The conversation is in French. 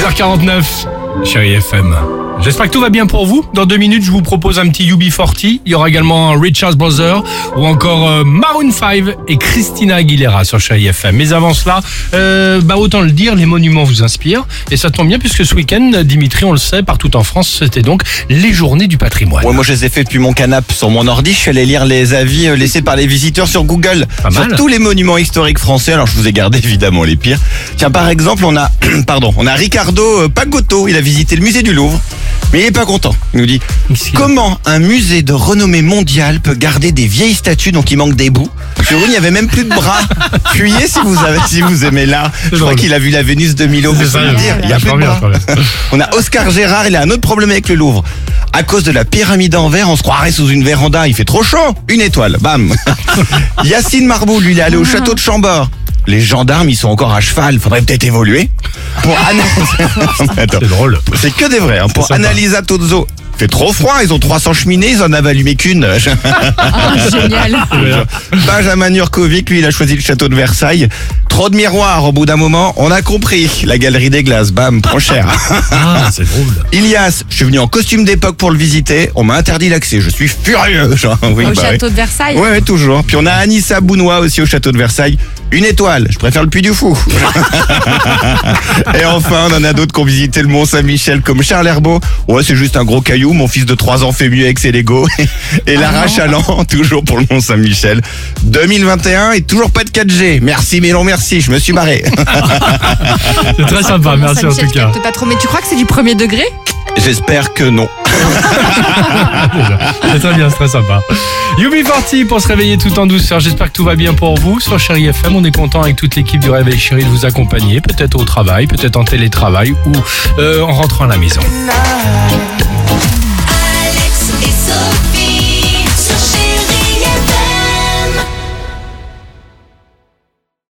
6h49, chérie FM. J'espère que tout va bien pour vous. Dans 2 minutes, je vous propose un petit UB40. Il y aura également un Richard Brothers ou encore Maroon 5 et Christina Aguilera sur Chérie FM. Mais avant cela, autant le dire, les monuments vous inspirent. Et ça tombe bien puisque ce week-end, Dimitri, on le sait, partout en France, c'était donc les journées du patrimoine. Ouais, moi je les ai fait depuis mon canapé sur mon ordi. Je suis allé lire les avis laissés par les visiteurs sur Google. Sur tous les monuments historiques français. Alors je vous ai gardé évidemment les pires. Tiens, par exemple, on a Ricardo Pagotto. Il a visité le musée du Louvre. Mais il est pas content. Il nous dit comment un musée de renommée mondiale peut garder des vieilles statues dont il manque des bouts. Sur une, il n'y avait même plus de bras. Fuyez si vous aimez l'art. Je crois qu'il a vu la Vénus de Milo. C'est ça, il y a plus de bras. On a Oscar Gérard, il a un autre problème avec le Louvre. À cause de la pyramide en verre, on se croirait sous une véranda. Il fait trop chaud. Une étoile. Bam. Yacine Marbou, lui, il est allé au château de Chambord. Les gendarmes, ils sont encore à cheval. Faudrait peut-être évoluer. Pour C'est drôle. C'est que des vrais. Pour Annalisa Tozzo, fait trop froid. Ils ont 300 cheminées. Ils en avaient allumé qu'une. Génial. Benjamin Nurkovic, lui, il a choisi le château de Versailles. Trop de miroirs. Au bout d'un moment, on a compris. La galerie des glaces. Bam, trop cher. Ah, c'est drôle. Ilias, je suis venu en costume d'époque pour le visiter. On m'a interdit l'accès. Je suis furieux. Au château de Versailles. Ouais, toujours. Puis on a Anissa Bounois aussi au château de Versailles. Une étoile, je préfère le Puy du Fou. Et enfin, on en a d'autres qui ont visité le Mont-Saint-Michel comme Charles Herbeau. Ouais, c'est juste un gros caillou, mon fils de 3 ans fait mieux avec ses Lego. Et Lara Chaland, toujours pour le Mont-Saint-Michel. 2021 et toujours pas de 4G. Merci, mais non merci, je me suis barré. C'est très sympa, merci en tout cas. Pas trop, mais tu crois que c'est du premier degré ? J'espère que non. C'est très bien, c'est très sympa. UB40 pour se réveiller tout en douceur. J'espère que tout va bien pour vous. Sur Chérie FM, on est content avec toute l'équipe du Réveil Chérie de vous accompagner. Peut-être au travail, peut-être en télétravail ou en rentrant à la maison.